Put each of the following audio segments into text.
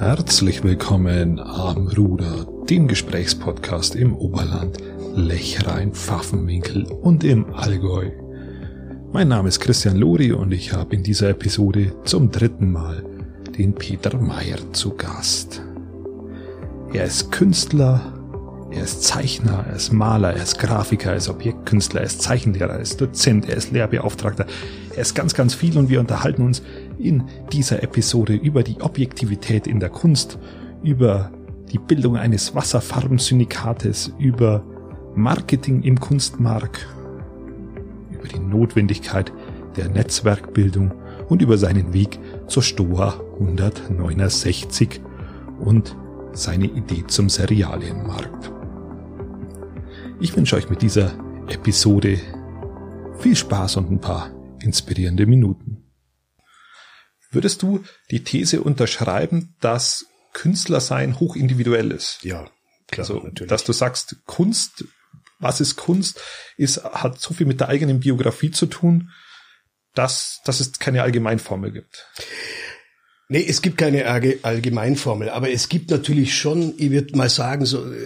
Herzlich willkommen am Ruder, dem Gesprächspodcast im Oberland, Lechrein, Pfaffenwinkel und im Allgäu. Mein Name ist Christian Lori und ich habe in dieser Episode zum 3. Mal den Peter Meyer zu Gast. Er ist Künstler, er ist Zeichner, er ist Maler, er ist Grafiker, er ist Objektkünstler, er ist Zeichenlehrer, er ist Dozent, er ist Lehrbeauftragter. Er ist ganz, ganz viel und wir unterhalten uns in dieser Episode über die Objektivität in der Kunst, über die Bildung eines Wasserfarbensyndikates, über Marketing im Kunstmarkt, über die Notwendigkeit der Netzwerkbildung und über seinen Weg zur Stoa 169 und seine Idee zum Serialienmarkt. Ich wünsche euch mit dieser Episode viel Spaß und ein paar inspirierende Minuten. Würdest du die These unterschreiben, dass Künstlersein hochindividuell ist? Ja, klar, also, natürlich. Dass du sagst, Kunst, was ist Kunst, hat so viel mit der eigenen Biografie zu tun, dass es keine Allgemeinformel gibt. Nee, es gibt keine Allgemeinformel, aber es gibt natürlich schon, ich würde mal sagen,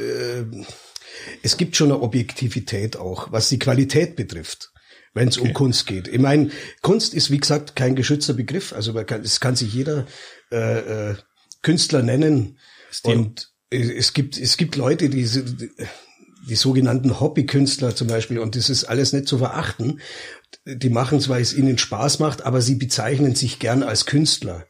es gibt schon eine Objektivität auch, was die Qualität betrifft, wenn es um Kunst geht. Ich meine, Kunst ist, wie gesagt, kein geschützter Begriff, also es kann sich jeder Künstler nennen und es gibt Leute, die sogenannten Hobby-Künstler zum Beispiel, und das ist alles nicht zu verachten, die machen es, weil es ihnen Spaß macht, aber sie bezeichnen sich gern als Künstler.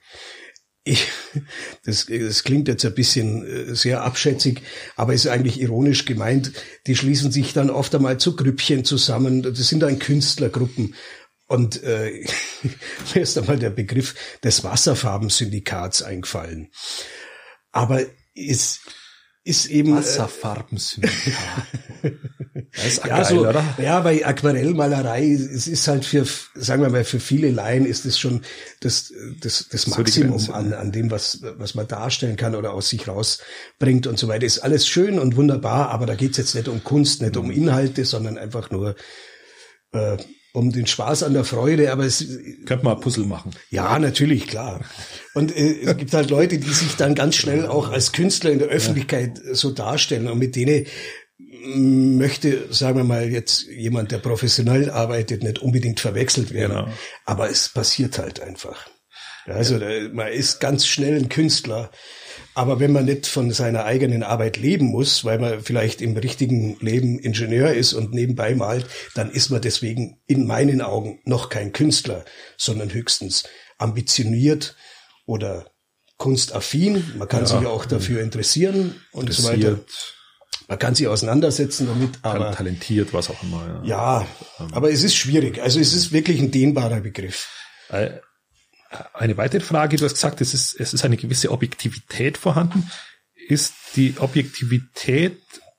Das klingt jetzt ein bisschen sehr abschätzig, aber ist eigentlich ironisch gemeint. Die schließen sich dann oft einmal zu Grüppchen zusammen. Das sind dann Künstlergruppen. Und mir ist einmal der Begriff des Wasserfarbensyndikats eingefallen. Aber es ist eben Wasserfarbensyndikat. Das ist ja, geil, oder? Ja, bei Aquarellmalerei, es ist halt sagen wir mal, für viele Laien ist es schon das Maximum so an dem, was man darstellen kann oder aus sich rausbringt und so weiter. Ist alles schön und wunderbar, aber da geht's jetzt nicht um Kunst, nicht um Inhalte, sondern einfach nur um den Spaß an der Freude, aber könnte man ein Puzzle machen. Ja, natürlich, klar. Und es gibt halt Leute, die sich dann ganz schnell auch als Künstler in der Öffentlichkeit so darstellen und mit denen möchte, sagen wir mal, jetzt jemand, der professionell arbeitet, nicht unbedingt verwechselt werden. Genau. Aber es passiert halt einfach. Also man ist ganz schnell ein Künstler, aber wenn man nicht von seiner eigenen Arbeit leben muss, weil man vielleicht im richtigen Leben Ingenieur ist und nebenbei malt, dann ist man deswegen in meinen Augen noch kein Künstler, sondern höchstens ambitioniert oder kunstaffin. Man kann sich auch dafür interessieren und so weiter. Man kann sich auseinandersetzen damit, aber talentiert, was auch immer. Ja, aber es ist schwierig. Also es ist wirklich ein dehnbarer Begriff. Eine weitere Frage, du hast gesagt, es ist eine gewisse Objektivität vorhanden. Ist die Objektivität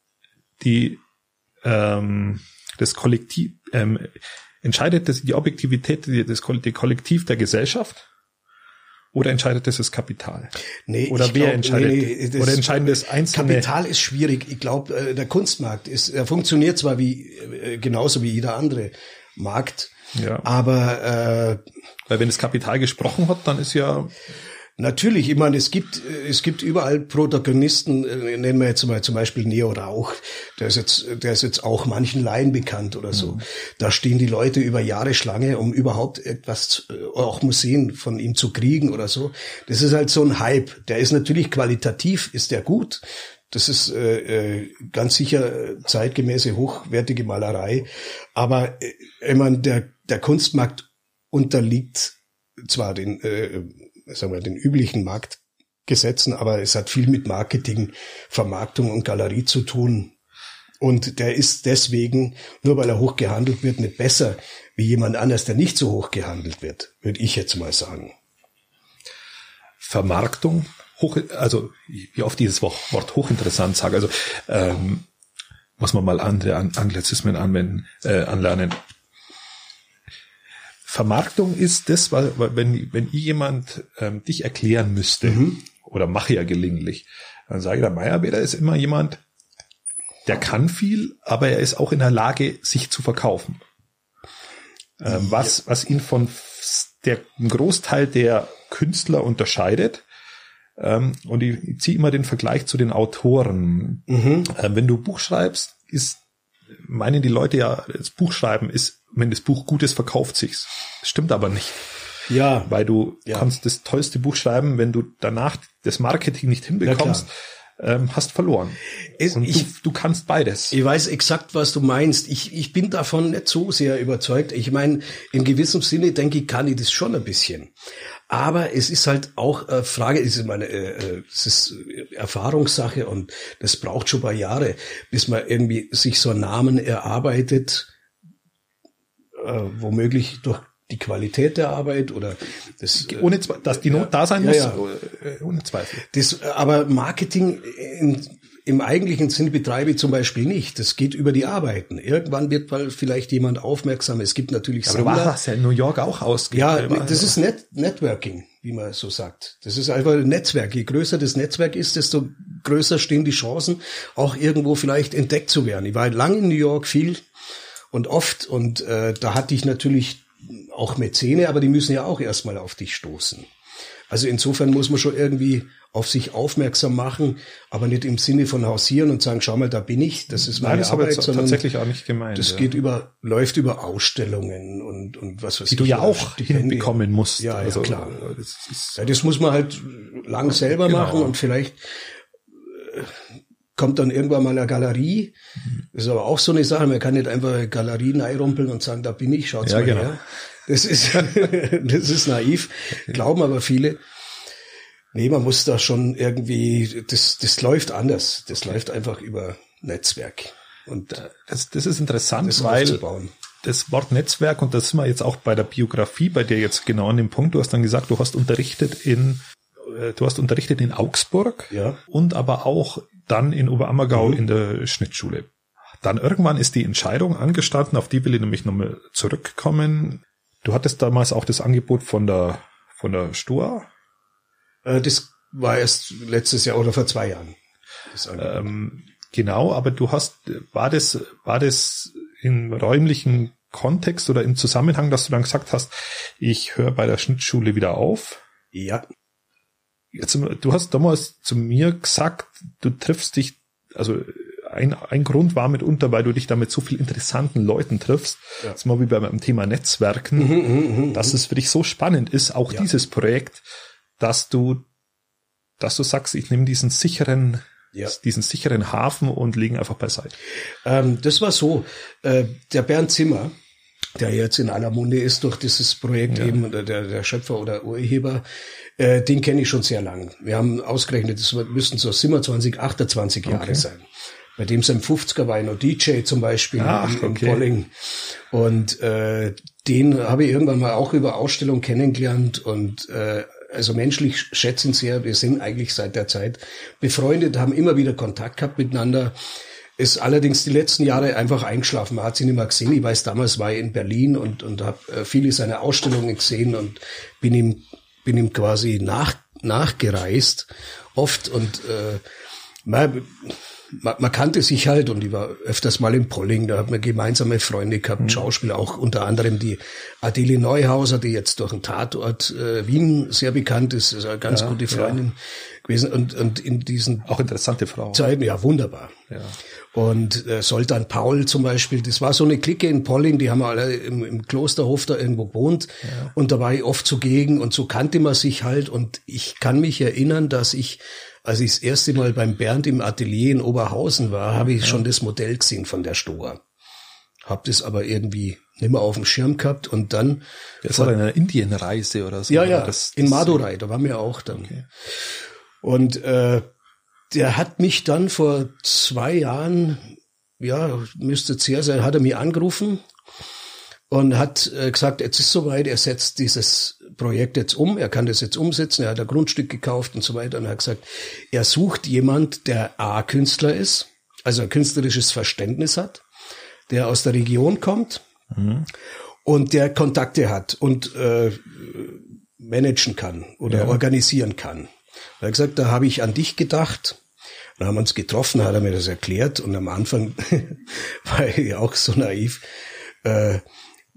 das Kollektiv, entscheidet das die Objektivität die Kollektiv der Gesellschaft? Oder entscheidet das Kapital? Nee, oder wer entscheidet? Oder entscheiden das Einzelne? Kapital ist schwierig. Ich glaube, der Kunstmarkt funktioniert zwar genauso wie jeder andere Markt, ja. Aber weil wenn das Kapital gesprochen hat, dann ist ja natürlich, ich meine, es gibt überall Protagonisten, nennen wir jetzt mal zum Beispiel Neo Rauch, der ist jetzt auch manchen Laien bekannt oder so. Mhm. Da stehen die Leute über Jahre Schlange, um überhaupt etwas, auch Museen von ihm zu kriegen oder so. Das ist halt so ein Hype. Der ist natürlich qualitativ, ist der gut. Das ist ganz sicher zeitgemäße, hochwertige Malerei. Aber ich meine, der Kunstmarkt unterliegt zwar den üblichen Marktgesetzen, aber es hat viel mit Marketing, Vermarktung und Galerie zu tun. Und der ist deswegen, nur weil er hoch gehandelt wird, nicht besser wie jemand anders, der nicht so hoch gehandelt wird, würde ich jetzt mal sagen. Vermarktung, also wie oft dieses Wort hochinteressant sage, also muss man mal andere Anglizismen anlernen. Vermarktung ist das, weil wenn jemand dich erklären müsste, oder mache ja gelegentlich, dann sage ich, der Meyerbeer ist immer jemand, der kann viel, aber er ist auch in der Lage, sich zu verkaufen. Was ihn von dem Großteil der Künstler unterscheidet, Und ich ziehe immer den Vergleich zu den Autoren. Wenn du Buch schreibst, meinen die Leute ja, das Buch schreiben ist, wenn das Buch gut ist, verkauft sich's. Das stimmt aber nicht. Ja. Weil du kannst das tollste Buch schreiben, wenn du danach das Marketing nicht hinbekommst, hast verloren. Du kannst beides. Ich weiß exakt, was du meinst. Ich bin davon nicht so sehr überzeugt. Ich meine, in gewissem Sinne, denke ich, kann ich das schon ein bisschen. Aber es ist halt auch eine Frage, es ist Erfahrungssache und das braucht schon ein paar Jahre, bis man irgendwie sich so einen Namen erarbeitet, womöglich durch die Qualität der Arbeit oder das, ohne dass die Not da sein muss, ohne Zweifel. Aber Marketing im eigentlichen Sinne betreibe ich zum Beispiel nicht. Das geht über die Arbeiten. Irgendwann wird mal vielleicht jemand aufmerksam. Es gibt natürlich Sammler. Aber du hast ja in New York auch ausgegeben. Ja, das ist Networking, wie man so sagt. Das ist einfach ein Netzwerk. Je größer das Netzwerk ist, desto größer stehen die Chancen, auch irgendwo vielleicht entdeckt zu werden. Ich war lange in New York, viel und oft, und da hatte ich natürlich auch Mäzene, aber die müssen ja auch erstmal auf dich stoßen. Also insofern muss man schon irgendwie auf sich aufmerksam machen, aber nicht im Sinne von hausieren und sagen, schau mal, da bin ich, das ist meine Arbeit, sondern tatsächlich auch nicht gemeint. Das läuft über Ausstellungen und was weiß ich. Die du ja auch hinbekommen musst. Ja, also, klar. Das muss man halt lang selber machen und vielleicht kommt dann irgendwann mal eine Galerie. Das ist aber auch so eine Sache. Man kann nicht einfach eine Galerie reinrumpeln und sagen, da bin ich, schaut's mal her. Das ist naiv, glauben aber viele. Nee, man muss da schon irgendwie, das läuft anders. Das läuft einfach über Netzwerk. Und das ist interessant, weil das Wort Netzwerk, und das sind wir jetzt auch bei der Biografie, bei dir jetzt genau an dem Punkt, du hast dann gesagt, du hast unterrichtet in Augsburg und aber auch dann in Oberammergau in der Schnittschule. Dann irgendwann ist die Entscheidung angestanden, auf die will ich nämlich nochmal zurückkommen. Du hattest damals auch das Angebot von der STOA? Das war erst letztes Jahr oder vor 2 Jahren. Genau, aber war das im räumlichen Kontext oder im Zusammenhang, dass du dann gesagt hast, ich höre bei der Schnittschule wieder auf? Ja. Du hast damals zu mir gesagt, du triffst dich, also ein Grund war mitunter, weil du dich da mit so vielen interessanten Leuten triffst, das ist mal wie beim Thema Netzwerken, dass es für dich so spannend ist, auch dieses Projekt, dass du sagst, ich nehme diesen sicheren Hafen und lege ihn einfach beiseite. Das war so, der Bernd Zimmer, der jetzt in aller Munde ist durch dieses Projekt eben, der Schöpfer oder Urheber, den kenne ich schon sehr lang. Wir haben ausgerechnet, das müssten so 27, 28 Jahre sein. Bei dem sein 50er war ich noch DJ zum Beispiel in Polling. Und den habe ich irgendwann mal auch über Ausstellung kennengelernt und also menschlich schätzen sehr. Wir sind eigentlich seit der Zeit befreundet, haben immer wieder Kontakt gehabt miteinander. Ist allerdings die letzten Jahre einfach eingeschlafen. Man hat sie nicht mehr gesehen. Ich weiß, damals war ich in Berlin und habe viele seiner Ausstellungen gesehen und bin ihm quasi nachgereist oft und man kannte sich halt und ich war öfters mal in Polling, da hat man gemeinsame Freunde gehabt, Schauspieler, auch unter anderem die Adele Neuhauser, die jetzt durch den Tatort Wien sehr bekannt ist, ist eine ganz gute Freundin gewesen und in diesen auch interessante Frau. Zeiten, wunderbar. Ja. Und Soltan Paul zum Beispiel, das war so eine Clique in Polling, die haben alle im Klosterhof da irgendwo gewohnt und da war ich oft zugegen und so kannte man sich halt und ich kann mich erinnern, dass als ich das erste Mal beim Bernd im Atelier in Oberhausen war, habe ich schon das Modell gesehen von der STOA. Hab das aber irgendwie nicht mehr auf dem Schirm gehabt und dann... Das war eine Indienreise oder so. Ja, in Madurai, da waren wir auch dann. Okay. Und der hat mich dann vor 2 Jahren, müsste es her sein, hat er mich angerufen und hat gesagt, jetzt ist soweit, er setzt dieses Projekt jetzt um, er kann das jetzt umsetzen, er hat ein Grundstück gekauft und so weiter und hat gesagt, er sucht jemand, der Künstler ist, also ein künstlerisches Verständnis hat, der aus der Region kommt und der Kontakte hat und managen kann oder organisieren kann. Er hat gesagt, da habe ich an dich gedacht. Dann haben wir uns getroffen, hat er mir das erklärt und am Anfang war ich auch so naiv. Da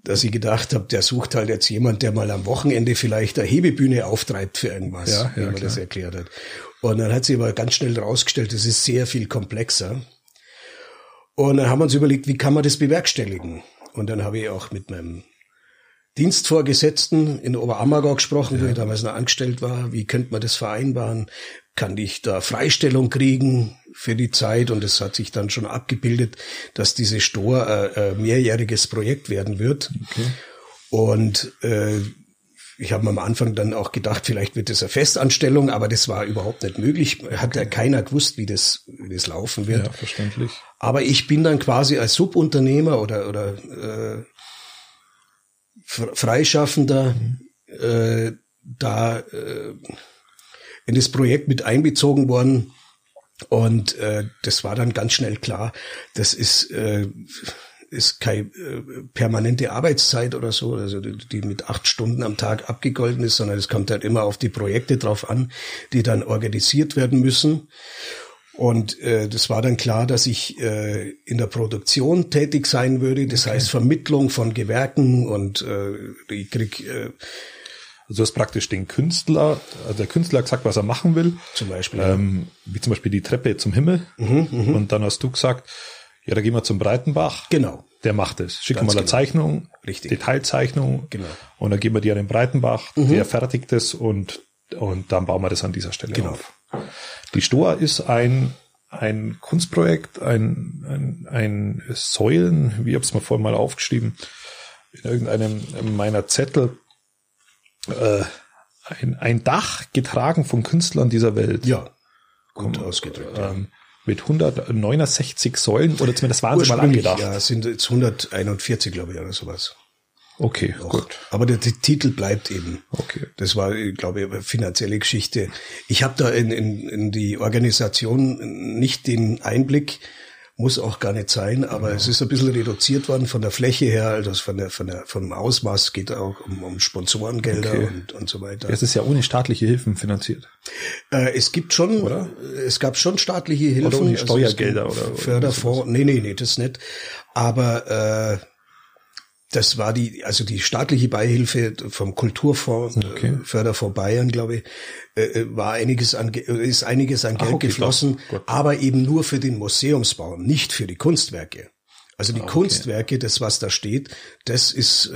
dass ich gedacht habe, der sucht halt jetzt jemand, der mal am Wochenende vielleicht eine Hebebühne auftreibt für irgendwas, wie man das erklärt hat. Und dann hat sich aber ganz schnell herausgestellt, das ist sehr viel komplexer. Und dann haben wir uns überlegt, wie kann man das bewerkstelligen? Und dann habe ich auch mit meinem Dienstvorgesetzten in Oberammergau gesprochen, wo ich damals noch angestellt war. Wie könnte man das vereinbaren? Kann ich da Freistellung kriegen für die Zeit? Und es hat sich dann schon abgebildet, dass diese Stoa ein mehrjähriges Projekt werden wird. Okay. Und ich habe am Anfang dann auch gedacht, vielleicht wird es eine Festanstellung, aber das war überhaupt nicht möglich. Hat ja keiner gewusst, wie das laufen wird. Ja, verständlich. Aber ich bin dann quasi als Subunternehmer oder Freischaffender da in das Projekt mit einbezogen worden. Und das war dann ganz schnell klar, das ist keine permanente Arbeitszeit oder so, also die mit 8 Stunden am Tag abgegolten ist, sondern es kommt halt immer auf die Projekte drauf an, die dann organisiert werden müssen. Und das war dann klar, dass ich in der Produktion tätig sein würde, das heißt Vermittlung von Gewerken und ich krieg also du hast praktisch den Künstler, also der Künstler hat gesagt, was er machen will. Zum Beispiel. Wie zum Beispiel die Treppe zum Himmel. Und dann hast du gesagt, ja, da gehen wir zum Breitenbach. Genau. Der macht es. Schick mal eine Zeichnung, richtig. Detailzeichnung. Genau. Und dann geben wir die an den Breitenbach, der fertigt es und dann bauen wir das an dieser Stelle auf. Die Stoa ist ein Kunstprojekt, ein Säulen, wie ich habe es mir vorhin mal aufgeschrieben, in irgendeinem meiner Zettel, ein Dach getragen von Künstlern dieser Welt. Ja, gut ausgedrückt. Mit 169 Säulen, oder zumindest waren sie mal angedacht. Ja, es sind jetzt 141, glaube ich, oder sowas. Okay, gut. Aber der Titel bleibt eben. Okay. Das war, glaube ich, eine finanzielle Geschichte. Ich habe da in die Organisation nicht den Einblick, muss auch gar nicht sein, aber es ist ein bisschen reduziert worden von der Fläche her, also vom Ausmaß geht auch um Sponsorengelder und so weiter. Es ist ja ohne staatliche Hilfen finanziert. Es gibt schon, oder? Es gab schon staatliche Hilfen. Oder ohne Steuergelder oder Förderfonds. Nee, das nicht. Aber das war die staatliche Beihilfe vom Kulturfonds, Förderfonds Bayern, glaube ich, ist einiges an Geld geflossen, aber eben nur für den Museumsbau, nicht für die Kunstwerke. Also die Kunstwerke, das was da steht, das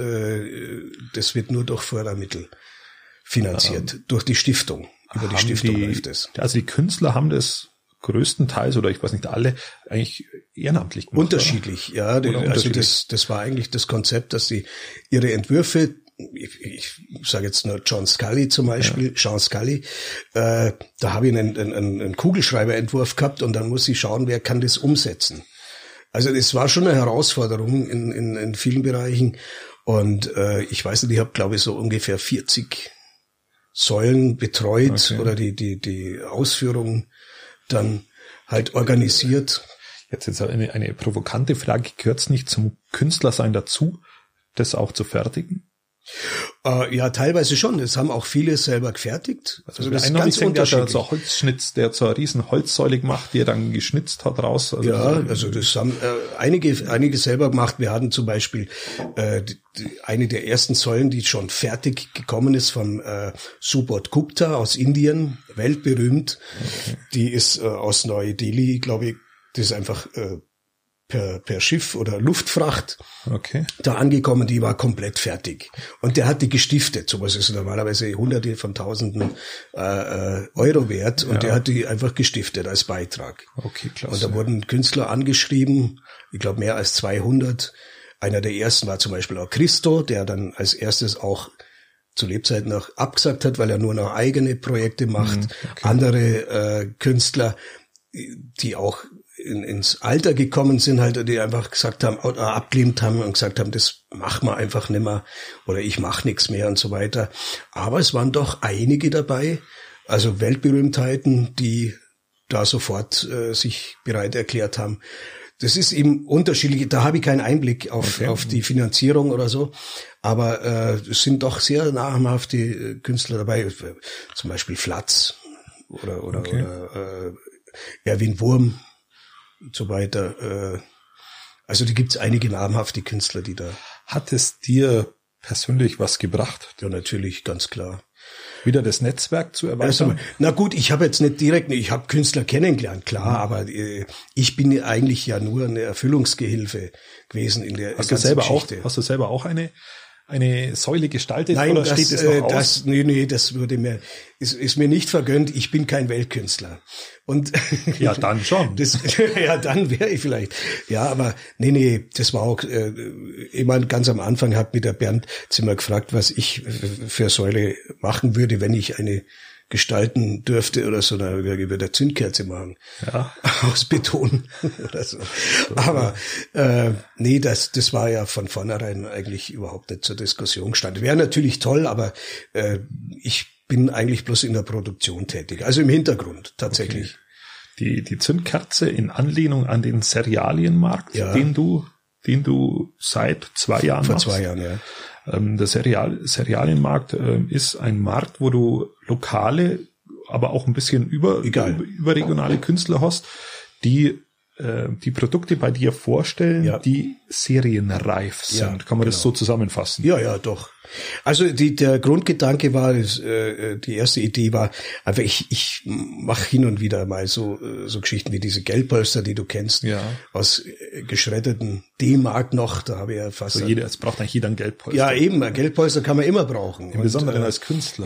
wird nur durch Fördermittel finanziert, durch die Stiftung. Über die Stiftung läuft es. Also die Künstler haben das größtenteils, oder ich weiß nicht alle, eigentlich ehrenamtlich gemacht. Unterschiedlich, ja. Also das war eigentlich das Konzept, dass sie ihre Entwürfe, ich sage jetzt nur John Scully zum Beispiel, Sean Scully, da habe ich einen Kugelschreiberentwurf gehabt und dann muss ich schauen, wer kann das umsetzen. Also das war schon eine Herausforderung in vielen Bereichen und ich weiß nicht, ich habe glaube ich so ungefähr 40 Säulen betreut oder die Ausführung dann halt organisiert. Jetzt eine provokante Frage, gehört es nicht zum Künstlersein dazu, das auch zu fertigen? Ja, teilweise schon. Das haben auch viele selber gefertigt. Also das ist ganz unterschiedlich. So ein Holzschnitz, der so eine riesen Holzsäule gemacht, die er dann geschnitzt hat raus. Also also das haben einige selber gemacht. Wir hatten zum Beispiel eine der ersten Säulen, die schon fertig gekommen ist, vom Subodh Gupta aus Indien, weltberühmt. Okay. Die ist aus Neu-Delhi, glaube ich, das ist einfach per Schiff oder Luftfracht da angekommen, die war komplett fertig. Und der hat die gestiftet. Sowas ist normalerweise Hunderte von Tausenden Euro wert und der hat die einfach gestiftet als Beitrag. Okay, klasse. Und da wurden Künstler angeschrieben, ich glaube mehr als 200. Einer der ersten war zum Beispiel auch Christo, der dann als erstes auch zu Lebzeiten noch abgesagt hat, weil er nur noch eigene Projekte macht. Andere Künstler, die auch ins Alter gekommen sind, halt, die einfach gesagt haben, abgelehnt haben und gesagt haben, das machen wir einfach nimmer oder ich mache nichts mehr und so weiter. Aber es waren doch einige dabei, also Weltberühmtheiten, die da sofort sich bereit erklärt haben. Das ist eben unterschiedlich, da habe ich keinen Einblick auf die Finanzierung oder so, aber es sind doch sehr namhafte Künstler dabei, zum Beispiel Flatz oder Erwin Wurm und so weiter. Also die gibt's einige namhafte Künstler, die da Hat es dir persönlich was gebracht? Ja, natürlich, ganz klar. Wieder das Netzwerk zu erweitern? Also, na gut, ich habe jetzt nicht direkt, ich habe Künstler kennengelernt, klar, aber ich bin eigentlich ja nur eine Erfüllungsgehilfe gewesen in der ganzen Geschichte. Hast du selber auch eine Säule gestaltet? Nein, oder steht es noch aus? Nee, das ist mir nicht vergönnt. Ich bin kein Weltkünstler. Und ja, dann schon. Ja, dann wäre ich vielleicht. Ja, aber nee, das war auch, jemand ganz am Anfang hat mit der Bernd Zimmer gefragt, was ich für Säule machen würde, wenn ich eine gestalten dürfte oder so, da würde ich wieder Zündkerze machen. Ja. Aus Beton oder so. Aber nee, das war ja von vornherein eigentlich überhaupt nicht zur Diskussion gestanden. Wäre natürlich toll, aber ich bin eigentlich bloß in der Produktion tätig, also im Hintergrund tatsächlich. Okay. Die Zündkerze in Anlehnung an den Serialienmarkt, ja, den du seit 2 Jahren machst. Vor 2 Jahren, ja. Der Serialienmarkt ist ein Markt, wo du lokale, aber auch ein bisschen überregionale Künstler hast, die Produkte bei dir vorstellen, ja, die serienreif sind. Ja, kann man das so zusammenfassen? Ja, doch. Also der Grundgedanke war, die erste Idee war, einfach ich mache hin und wieder mal so Geschichten wie diese Geldpolster, die du kennst, ja, aus geschreddeten D-Mark noch. Da habe ich ja fast. Also es braucht eigentlich jeder ein Geldpolster. Ja, eben, ein Geldpolster kann man immer brauchen. Im Besonderen als Künstler.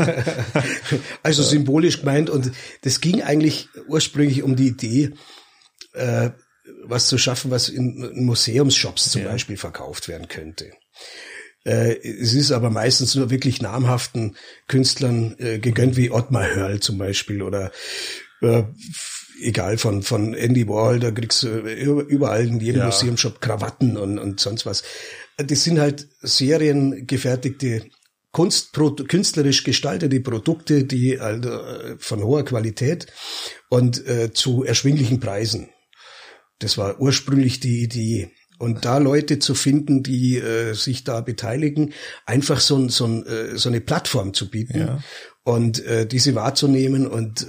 Also symbolisch gemeint, und das ging eigentlich ursprünglich um die Idee, was zu schaffen, was in Museumsshops zum Beispiel verkauft werden könnte. Es ist aber meistens nur wirklich namhaften Künstlern gegönnt, wie Ottmar Hörl zum Beispiel oder egal von Andy Warhol, da kriegst du überall in jedem Museumshop Krawatten und sonst was. Das sind halt seriengefertigte künstlerisch gestaltete Produkte, die also von hoher Qualität und zu erschwinglichen Preisen. Das war ursprünglich die Idee. Und da Leute zu finden, die sich da beteiligen, einfach so eine Plattform zu bieten und diese wahrzunehmen und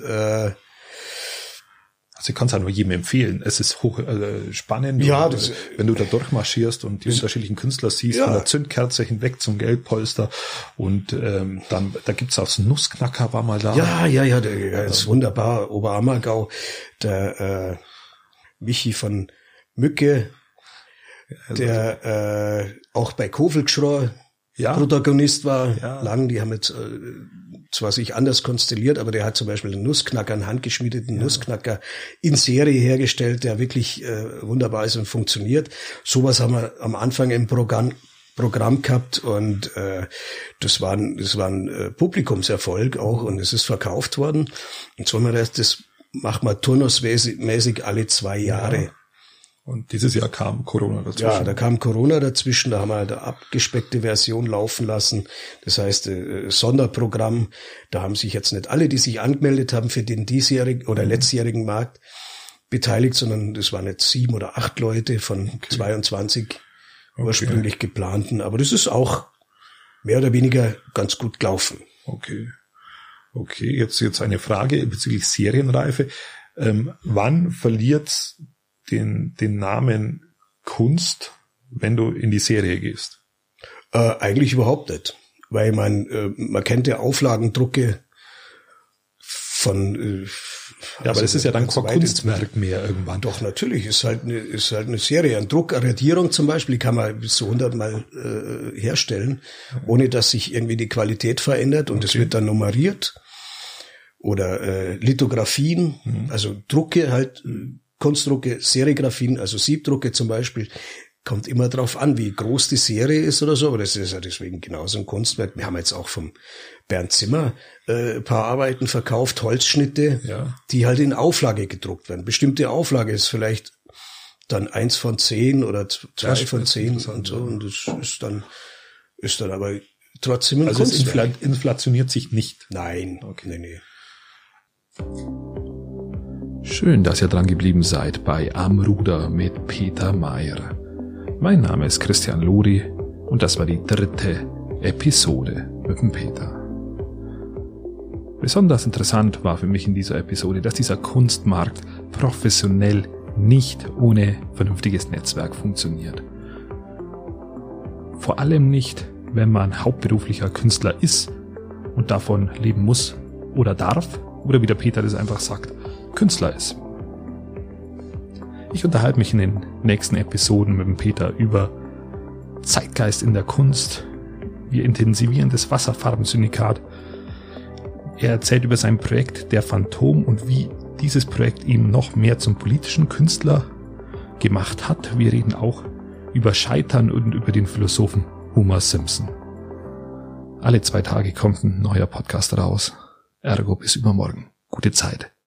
also ich kann es auch nur jedem empfehlen. Es ist hoch spannend, ja, wenn du da durchmarschierst und die unterschiedlichen Künstler siehst, von der Zündkerze hinweg zum Geldpolster und dann da gibt's auch so Nussknacker, war mal da. Ja, der ist wunderbar. Oberammergau, der Michi von Mücke, der auch bei Kofelgschrau Protagonist war, lang. Die haben jetzt zwar sich anders konstelliert, aber der hat zum Beispiel einen Nussknacker, einen handgeschmiedeten Nussknacker in Serie hergestellt, der wirklich wunderbar ist und funktioniert. Sowas haben wir am Anfang im Programm gehabt und das war ein Publikumserfolg auch und es ist verkauft worden. Und so haben wir das macht man turnusmäßig alle 2 Jahre. Ja. Und dieses Jahr kam Corona dazwischen. Ja, da kam Corona dazwischen, da haben wir eine abgespeckte Version laufen lassen. Das heißt, Sonderprogramm, da haben sich jetzt nicht alle, die sich angemeldet haben für den diesjährigen oder letztjährigen Markt beteiligt, sondern das waren jetzt 7 oder 8 Leute von 22 ursprünglich geplanten. Aber das ist auch mehr oder weniger ganz gut gelaufen. Okay, jetzt eine Frage bezüglich Serienreife. Wann verliert den Namen Kunst, wenn du in die Serie gehst? Eigentlich überhaupt nicht. Weil man kennt ja Auflagendrucke von aber das ist ja dann kein Kunstwerk mehr irgendwann. Doch, natürlich, ist halt eine Serie. Ein Druck, eine Radierung zum Beispiel, kann man bis zu 100 Mal herstellen, ohne dass sich irgendwie die Qualität verändert und es wird dann nummeriert. Oder Lithografien, also Drucke halt, Kunstdrucke, Serigraphien, also Siebdrucke zum Beispiel, kommt immer drauf an, wie groß die Serie ist oder so, aber das ist ja deswegen genauso ein Kunstwerk. Wir haben jetzt auch vom Bernd Zimmer ein paar Arbeiten verkauft, Holzschnitte, die halt in Auflage gedruckt werden. Bestimmte Auflage ist vielleicht dann 1 von 10 oder 2 von 10 und so, und das ist dann aber trotzdem ein Kunstwerk. Also es inflationiert sich nicht? Nein, nee. Schön, dass ihr dran geblieben seid bei Am Ruder mit Peter Mayer. Mein Name ist Christian Lori und das war die 3. Episode mit dem Peter. Besonders interessant war für mich in dieser Episode, dass dieser Kunstmarkt professionell nicht ohne vernünftiges Netzwerk funktioniert. Vor allem nicht, wenn man hauptberuflicher Künstler ist und davon leben muss oder darf, oder wie der Peter das einfach sagt, Künstler ist. Ich unterhalte mich in den nächsten Episoden mit dem Peter über Zeitgeist in der Kunst. Wir intensivieren das Wasserfarben-Syndikat. Er erzählt über sein Projekt Der Phantom und wie dieses Projekt ihn noch mehr zum politischen Künstler gemacht hat. Wir reden auch über Scheitern und über den Philosophen Homer Simpson. Alle 2 Tage kommt ein neuer Podcast raus. Ergo bis übermorgen. Gute Zeit.